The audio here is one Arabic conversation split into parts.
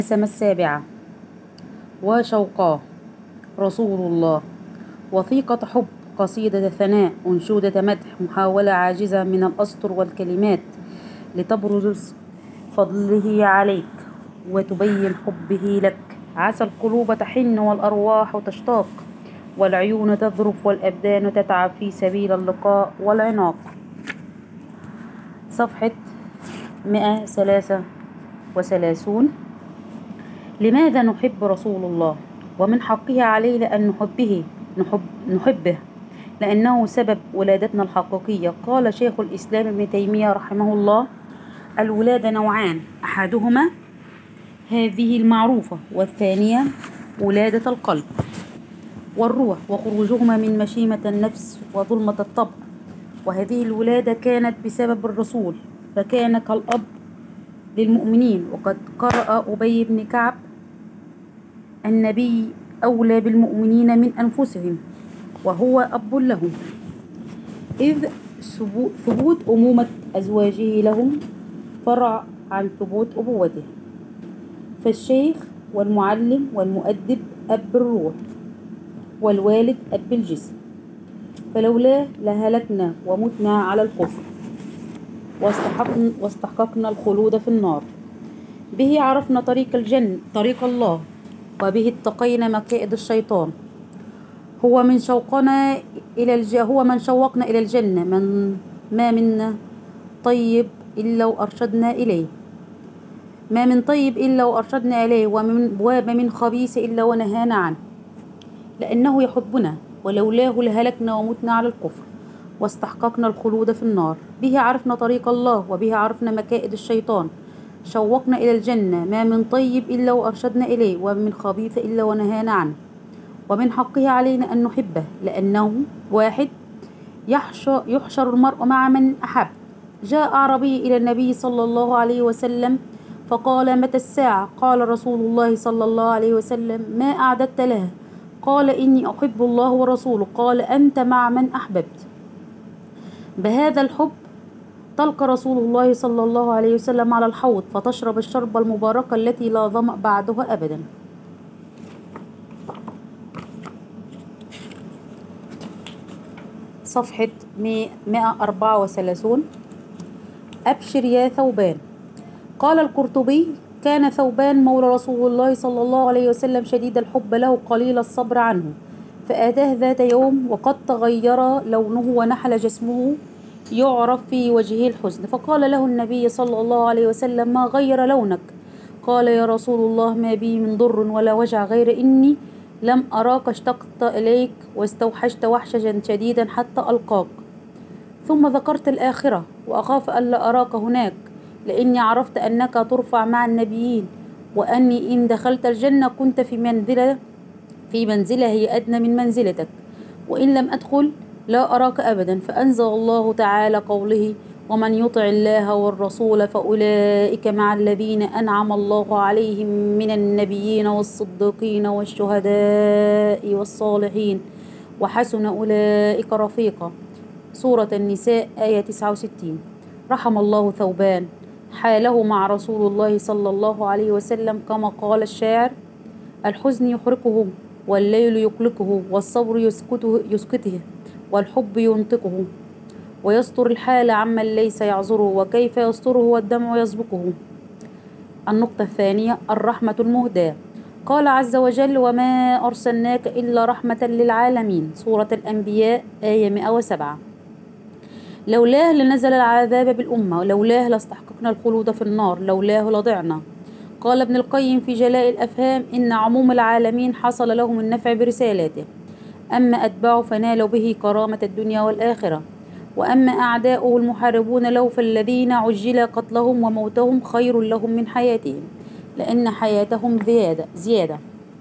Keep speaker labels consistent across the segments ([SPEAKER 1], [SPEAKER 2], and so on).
[SPEAKER 1] السماء السابعة وشوقاه رسول الله وثيقة حب قصيدة ثناء أنشودة مدح محاولة عاجزة من الأسطر والكلمات لتبرز فضله عليك وتبين حبه لك. عسى القلوب تحن والأرواح تشتاق والعيون تذرف والأبدان تتعب في سبيل اللقاء والعناق. صفحة 133. لماذا نحب رسول الله؟ ومن حقه علينا أن نحبه لأنه سبب ولادتنا الحقيقية. قال شيخ الإسلام ابن تيمية رحمه الله: الولادة نوعان، أحدهما هذه المعروفة، والثانية ولادة القلب والروح وخروجهما من مشيمة النفس وظلمة الطبع. وهذه الولادة كانت بسبب الرسول، فكان كالأب للمؤمنين. وقد قرأ أبي بن كعب: النبي أولى بالمؤمنين من أنفسهم وهو أب لهم، إذ ثبوت أمومة أزواجه لهم فرع عن ثبوت أبوته. فالشيخ والمعلم والمؤدب أب الروح، والوالد أب الجسم، فلولاه لهلكنا ومتنا على الكفر واستحققنا الخلود في النار. به عرفنا طريق الله، وبه اتقينا مكائد الشيطان. هو من شوقنا إلى الجنة. ما من طيب إلا وأرشدنا إليه، ومن خبيث إلا ونهانا عنه، لأنه يحبنا، ولولاه لهلكنا ومتنا على الكفر واستحققنا الخلود في النار. به عرفنا طريق الله، وبه عرفنا مكائد الشيطان. شوقنا إلى الجنة. ما من طيب إلا وأرشدنا إليه، ومن خبيث إلا ونهانا عنه. ومن حقه علينا أن نحبه لأنه: 1. يحشر المرء مع من أحب. جاء أعرابي إلى النبي صلى الله عليه وسلم فقال: متى الساعة؟ قال رسول الله صلى الله عليه وسلم: ما أعددت لها؟ قال: إني أحب الله ورسوله. قال: أنت مع من أحببت. بهذا الحب تلقى رسول الله صلى الله عليه وسلم على الحوض فتشرب الشربة المباركة التي لا ظمأ بعدها أبدا. صفحة 134. أبشر يا ثوبان. قال القرطبي: كان ثوبان مولى رسول الله صلى الله عليه وسلم شديد الحب له قليل الصبر عنه، فأتاه ذات يوم وقد تغير لونه ونحل جسمه يعرف في وجهه الحزن، فقال له النبي صلى الله عليه وسلم: ما غير لونك؟ قال: يا رسول الله، ما بي من ضر ولا وجع، غير إني لم أراك اشتقت إليك واستوحشت وحشا شديدا حتى ألقاك، ثم ذكرت الآخرة وأخاف ألا أراك هناك، لأني عرفت أنك ترفع مع النبيين، وأني إن دخلت الجنة كنت في منزلة هي أدنى من منزلتك، وإن لم أدخل لا أراك أبدا. فأنزل الله تعالى قوله: ومن يطع الله والرسول فأولئك مع الذين أنعم الله عليهم من النبيين والصديقين والشهداء والصالحين وحسن أولئك رفيقا. سورة النساء آية 69. رحم الله ثوبان، حاله مع رسول الله صلى الله عليه وسلم، كما قال الشاعر: الحزن يحرقه والليل يقلقه والصبر يسكته والحب ينطقه ويستر الحال عمن ليس يعذره، وكيف يستره والدمع يسبقه. النقطة الثانية: الرحمة المهداة. قال عز وجل: وما أرسلناك إلا رحمة للعالمين. سورة الأنبياء آية 107. لولاه لنزل العذاب بالأمة، لولاه لاستحققنا الخلود في النار، لولاه لضعنا. قال ابن القيم في جلاء الأفهام: إن عموم العالمين حصل لهم النفع برسالاته، أما أتباعه فنالوا به كرامة الدنيا والآخرة، وأما أعداؤه المحاربون له فالذين عجل قتلهم وموتهم خير لهم من حياتهم، لأن حياتهم زيادة.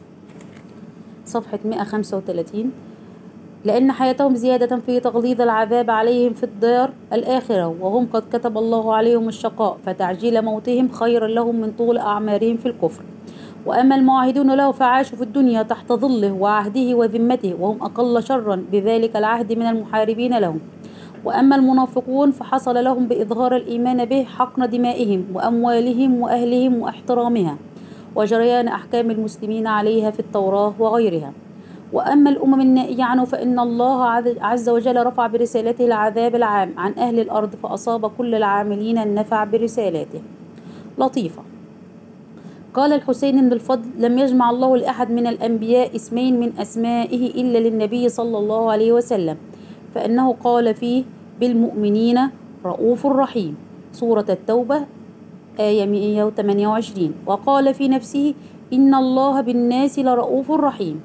[SPEAKER 1] صفحة 135. لأن حياتهم زيادة في تغليظ العذاب عليهم في الدار الآخرة، وهم قد كتب الله عليهم الشقاء، فتعجيل موتهم خير لهم من طول أعمارهم في الكفر. وأما المعاهدون له فعاشوا في الدنيا تحت ظله وعهده وذمته، وهم أقل شرا بذلك العهد من المحاربين لهم. وأما المنافقون فحصل لهم بإظهار الإيمان به حقن دمائهم وأموالهم وأهلهم واحترامها، وجريان أحكام المسلمين عليها في التوراة وغيرها. وأما الأمم النائية عنه فإن الله عز وجل رفع برسالته العذاب العام عن أهل الأرض، فأصاب كل العاملين النفع برسالته. لطيفة. قال الحسين بن الفضل: لم يجمع الله لأحد من الأنبياء اسمين من أسمائه إلا للنبي صلى الله عليه وسلم، فإنه قال فيه: بالمؤمنين رؤوف رحيم، سورة التوبة آية 128. وقال في نفسه: إن الله بالناس لرؤوف رحيم،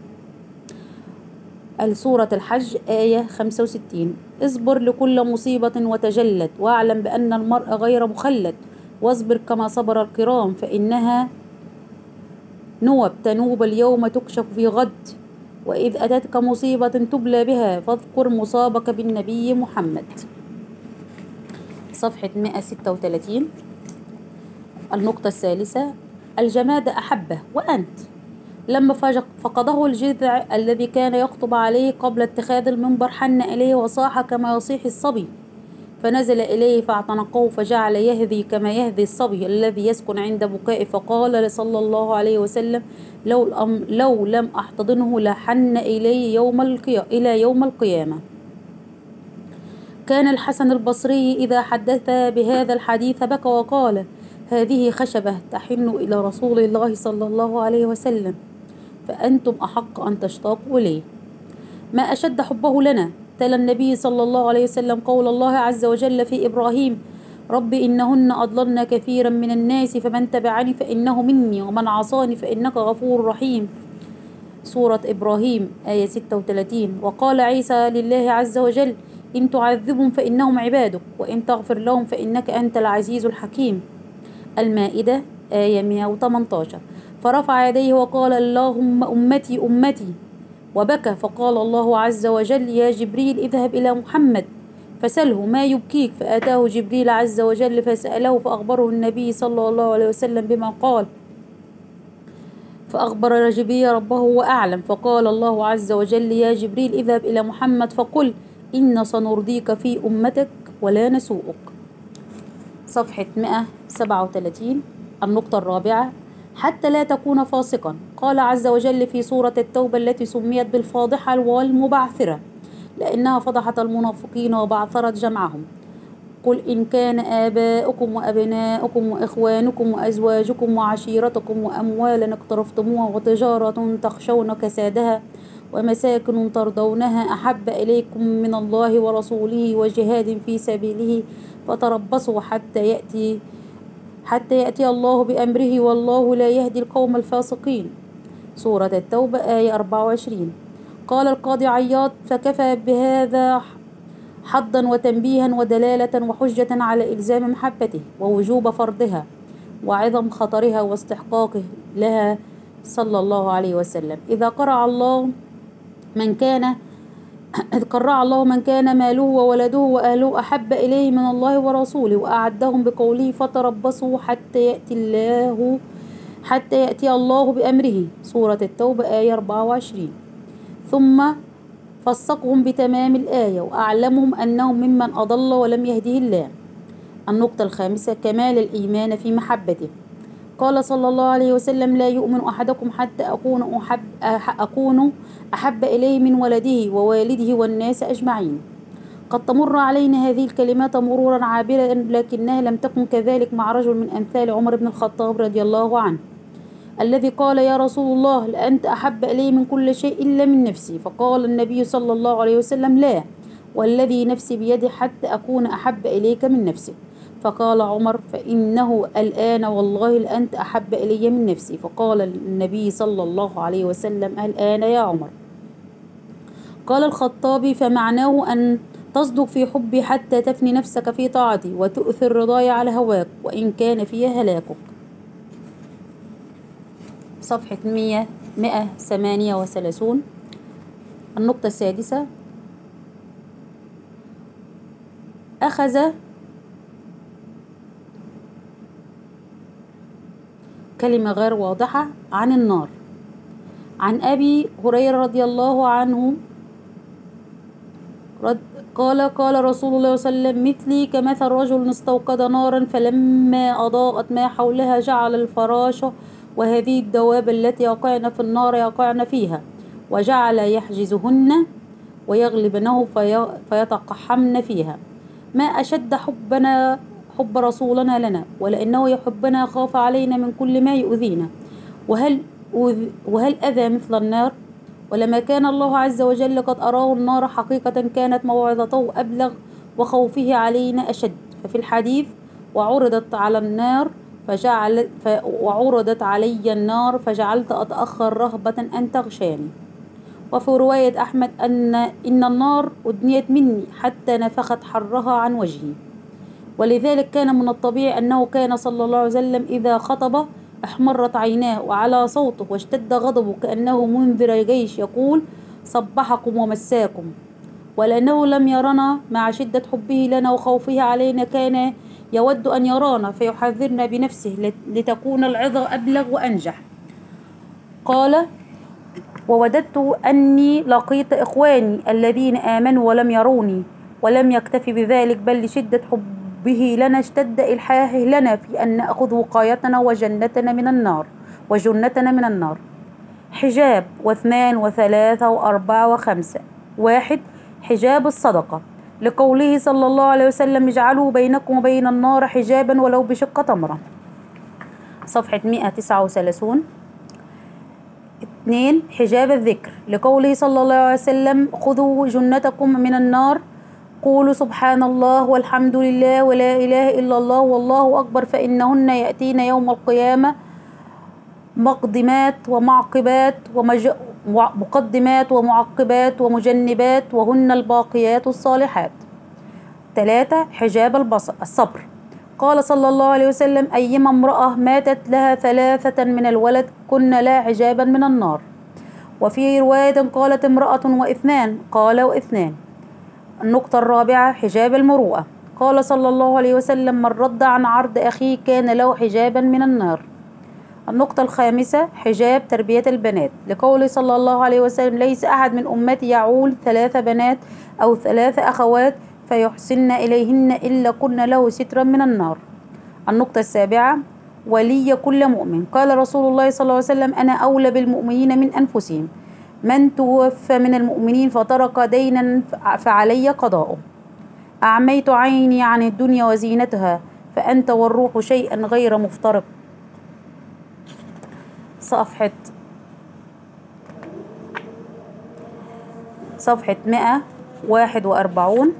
[SPEAKER 1] سورة الحج آية 65. اصبر لكل مصيبة وتجلد، واعلم بأن المرء غير مخلد، واصبر كما صبر الكرام، فإنها نوب تنوب اليوم تكشف في غد، وإذ أتتك مصيبة تبلى بها فاذكر مصابك بالنبي محمد. صفحة 136. النقطة الثالثة: الجماد أحبه وأنت. لما فقده الجذع الذي كان يخطب عليه قبل اتخاذ المنبر حن إليه وصاح كما يصيح الصبي، فنزل إليه فاعتنقه فجعل يهذي كما يهذي الصبي الذي يسكن عند بكائه، فقال صلى الله عليه وسلم: لو لم أحتضنه لحن إلي إلى يوم القيامة. كان الحسن البصري إذا حدث بهذا الحديث بكى وقال: هذه خشبة تحن إلى رسول الله صلى الله عليه وسلم، فأنتم أحق أن تشتاقوا إليه. ما أشد حبه لنا. تلا النبي صلى الله عليه وسلم قول الله عز وجل في إبراهيم: رب إنهن أضللن كثيرا من الناس فمن تبعني فإنه مني ومن عصاني فإنك غفور رحيم، سورة إبراهيم آية 36. وقال عيسى لله عز وجل: إن تعذبهم فإنهم عبادك وإن تغفر لهم فإنك أنت العزيز الحكيم، المائدة آية 118. فرفع يديه وقال: اللهم أمتي أمتي، وبكى. فقال الله عز وجل: يا جبريل اذهب إلى محمد فسله ما يبكيك، فأتاه جبريل عز وجل فسأله، فأخبره النبي صلى الله عليه وسلم بما قال، فأخبر جبريل ربه وأعلم، فقال الله عز وجل: يا جبريل اذهب إلى محمد فقل إن سنرضيك في أمتك ولا نسوءك. صفحة 137. النقطة الرابعة: حتى لا تكون فاسقا. قال عز وجل في سورة التوبة التي سميت بالفاضحة والمبعثرة لأنها فضحت المنافقين وبعثرت جمعهم: قل إن كان آباؤكم وأبناؤكم وإخوانكم وأزواجكم وعشيرتكم وأموالا اقترفتموها وتجارة تخشون كسادها ومساكن ترضونها أحب إليكم من الله ورسوله وجهاد في سبيله فتربصوا حتى يأتي الله بأمره والله لا يهدي القوم الفاسقين، سورة التوبة آية 24. قال القاضي عياض: فكفى بهذا حظا وتنبيها ودلالة وحجة على إلزام محبته ووجوب فرضها وعظم خطرها واستحقاقه لها صلى الله عليه وسلم. إذ قرع الله من كان ماله وولده وأهله أحب إليه من الله ورسوله، وأعدهم بقوله: فتربصوا حتى يأتي الله بأمره، سورة التوبة آية 24. ثم فسقهم بتمام الآية وأعلمهم أنهم ممن أضل ولم يهده الله. النقطة الخامسة: كمال الإيمان في محبته. قال صلى الله عليه وسلم: لا يؤمن أحدكم حتى أكون أحب إليه من ولده ووالده والناس أجمعين. قد تمر علينا هذه الكلمات مرورا عابرا، لكنها لم تكن كذلك مع رجل من أمثال عمر بن الخطاب رضي الله عنه، الذي قال: يا رسول الله، لأنت أحب إلي من كل شيء إلا من نفسي. فقال النبي صلى الله عليه وسلم: لا، والذي نفسي بيده حتى أكون أحب إليك من نفسك. فقال عمر: فإنه الآن والله لأنت أحب إلي من نفسي. فقال النبي صلى الله عليه وسلم: الآن يا عمر. قال الخطابي: فمعناه أن تصدق في حبي حتى تفني نفسك في طاعتي وتؤثر رضاي على هواك وإن كان فيها هلاكك. صفحة 138. النقطة السادسة: أخذ كلمة غير واضحة عن النار. عن أبي هريرة رضي الله عنه قال رسول الله صلى الله عليه وسلم: مثلي كمثل رجل استوقد نارا فلما أضاءت ما حولها جعل الفراش وهذه الدواب التي يقعن في النار يقعن فيها، وجعل يحجزهن ويغلبنه فيتقحمن فيها. ما أشد حب رسولنا لنا، ولأنه يحبنا خاف علينا من كل ما يؤذينا. وهل أذى مثل النار؟ ولما كان الله عز وجل قد أراه النار حقيقة كانت موعظته أبلغ وخوفه علينا أشد. ففي الحديث: وعرضت علي النار فجعلت أتأخر رهبة أن تغشاني. وفي رواية أحمد إن النار أدنيت مني حتى نفخت حرها عن وجهي. ولذلك كان من الطبيعي أنه كان صلى الله عليه وسلم إذا خطب احمرت عيناه وعلى صوته واشتد غضبه كأنه منذر جيش يقول: صبحكم ومساكم. ولأنه لم يرنا مع شدة حبه لنا وخوفه علينا كان يود أن يرانا فيحذرنا بنفسه لتكون العظة أبلغ وأنجح. قال: ووددت أني لقيت إخواني الذين آمنوا ولم يروني. ولم يكتفي بذلك، بل لشدة حبه لنا اشتد إلحاحه لنا في أن نأخذ وقايتنا وجنتنا من النار. حجاب 2 و3 و4 و5. 1. حجاب الصدقة، لقوله صلى الله عليه وسلم: اجعلوا بينكم وبين النار حجابا ولو بشق تمرة. صفحة 139. 2. حجاب الذكر، لقوله صلى الله عليه وسلم: خذوا جنتكم من النار، قولوا سبحان الله والحمد لله ولا إله إلا الله والله أكبر، فإنهن يأتين يوم القيامة مقدمات ومعقبات ومجنبات، وهن الباقيات الصالحات. 3. حجاب الصبر، قال صلى الله عليه وسلم: أيما امرأة ماتت لها 3 من الولد كن لا حجابا من النار. وفي رواية قالت امرأة و2، قال و2. النقطة 4. حجاب المروءة، قال صلى الله عليه وسلم: من رد عن عرض أخيه كان له حجابا من النار. النقطة 5. حجاب تربية البنات، لقول صلى الله عليه وسلم: ليس أحد من أمتي يعول 3 بنات أو 3 أخوات فيحسن إليهن إلا كن له سترا من النار. النقطة 7. ولي كل مؤمن، قال رسول الله صلى الله عليه وسلم: أنا أولى بالمؤمنين من أنفسهم، من توفى من المؤمنين فترك دينا فعلي قضاؤه. أعميت عيني عن الدنيا وزينتها فأنت والروح شيئا غير مفترق. صفحة 141.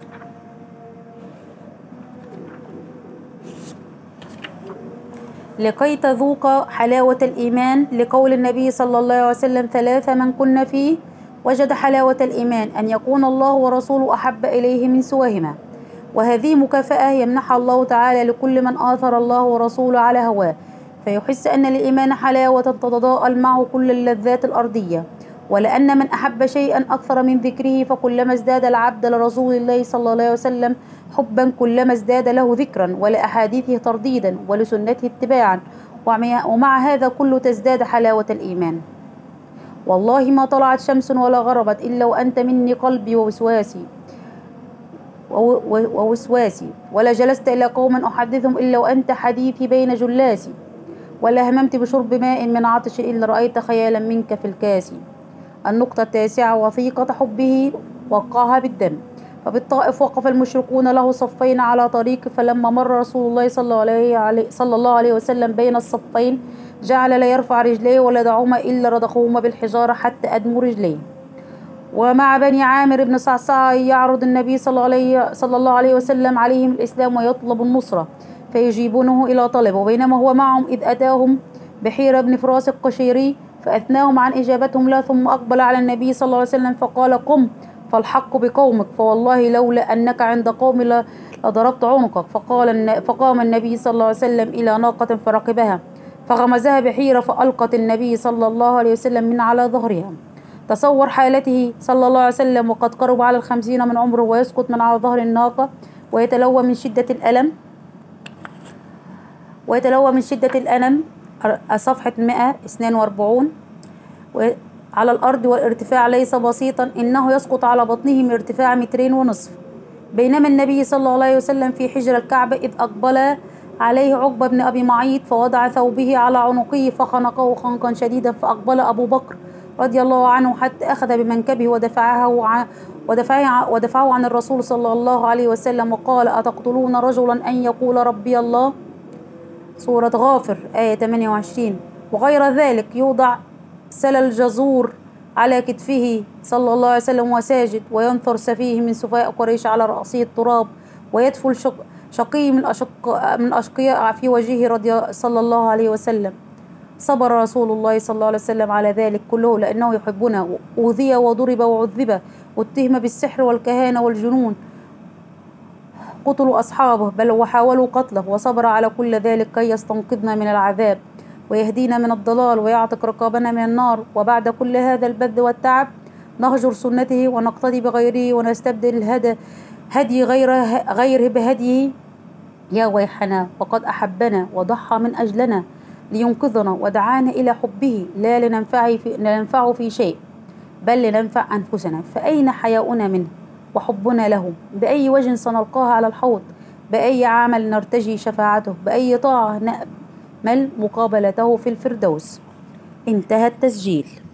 [SPEAKER 1] لكي تذوق حلاوة الإيمان، لقول النبي صلى الله عليه وسلم: 3 من كن فيه وجد حلاوة الإيمان، أن يكون الله ورسوله أحب إليه من سواهما. وهذه مكافأة يمنحها الله تعالى لكل من آثر الله ورسوله على هواه، فيحس أن الإيمان حلاوة تتضاءل معه كل اللذات الأرضية. ولأن من أحب شيئا أكثر من ذكره فكلما ازداد العبد لرسول الله صلى الله عليه وسلم حبا كلما ازداد له ذكرا ولأحاديثه ترديدا ولسنته اتباعا، ومع هذا كله تزداد حلاوة الإيمان. والله ما طلعت شمس ولا غربت إلا وأنت مني قلبي ووسواسي، ولا جلست إلى قوم أحدثهم إلا وأنت حديثي بين جلاسي، ولا هممت بشرب ماء من عطش إلا رأيت خيالا منك في الكاس. النقطة 9. وثيقة حبه وقعها بالدم، فبالطائف وقف المشركون له صفين على طريق، فلما مر رسول الله صلى الله عليه وسلم بين الصفين جعل لا يرفع رجليه ولا يدعهما إلا رضخهما بالحجارة حتى أدموا رجليه. ومع بني عامر بن صعصع يعرض النبي صلى الله عليه وسلم عليهم الإسلام ويطلب النصرة فيجيبونه إلى طلبه، وبينما هو معهم إذ أتاهم بحيرة بن فراس القشيري فأثناهم عن إجابتهم له، ثم أقبل على النبي صلى الله عليه وسلم فقال: قم فالحق بقومك، فوالله لولا أنك عند قوم لضربت عنقك. فقام النبي صلى الله عليه وسلم إلى ناقة فركبها فغمزها بحيرة فألقت النبي صلى الله عليه وسلم من على ظهرها. تصور حالته صلى الله عليه وسلم وقد قرب على 50 من عمره ويسقط من على ظهر الناقة ويتلوى من شدة الألم. صفحة 142. على الأرض والارتفاع ليس بسيطا، إنه يسقط على بطنه من ارتفاع 2.5 متر. بينما النبي صلى الله عليه وسلم في حجر الكعبة إذ أقبل عليه عقبة بن أبي معيط فوضع ثوبه على عنقه فخنقه خنقا شديدا، فأقبل أبو بكر رضي الله عنه حتى أخذ بمنكبه ودفعه عن الرسول صلى الله عليه وسلم وقال: أتقتلون رجلا أن يقول ربي الله؟ سورة غافر آية 28. وغير ذلك يوضع سل الجزور على كتفه صلى الله عليه وسلم وساجد، وينثر سفيه من سفهاء قريش على رأسه التراب، ويدفل شقي من أشقياء في وجهه صلى الله عليه وسلم. صبر رسول الله صلى الله عليه وسلم على ذلك كله لأنه يحبنا، أوذي وضرب وعذب واتهم بالسحر والكهانة والجنون، قتلوا أصحابه بل وحاولوا قتله، وصبر على كل ذلك كي يستنقذنا من العذاب ويهدينا من الضلال ويعتق رقابنا من النار. وبعد كل هذا البذل والتعب نهجر سنته ونقتدي بغيره ونستبدل هدي غيره بهديه؟ يا ويحنا، وقد أحبنا وضحى من أجلنا لينقذنا ودعانا إلى حبه لا لننفعه في شيء بل لننفع أنفسنا، فأين حياؤنا منه وحبنا له؟ بأي وجه سنلقاه على الحوض؟ بأي عمل نرتجي شفاعته؟ بأي طاعة نأمل مقابلته في الفردوس؟ انتهى التسجيل.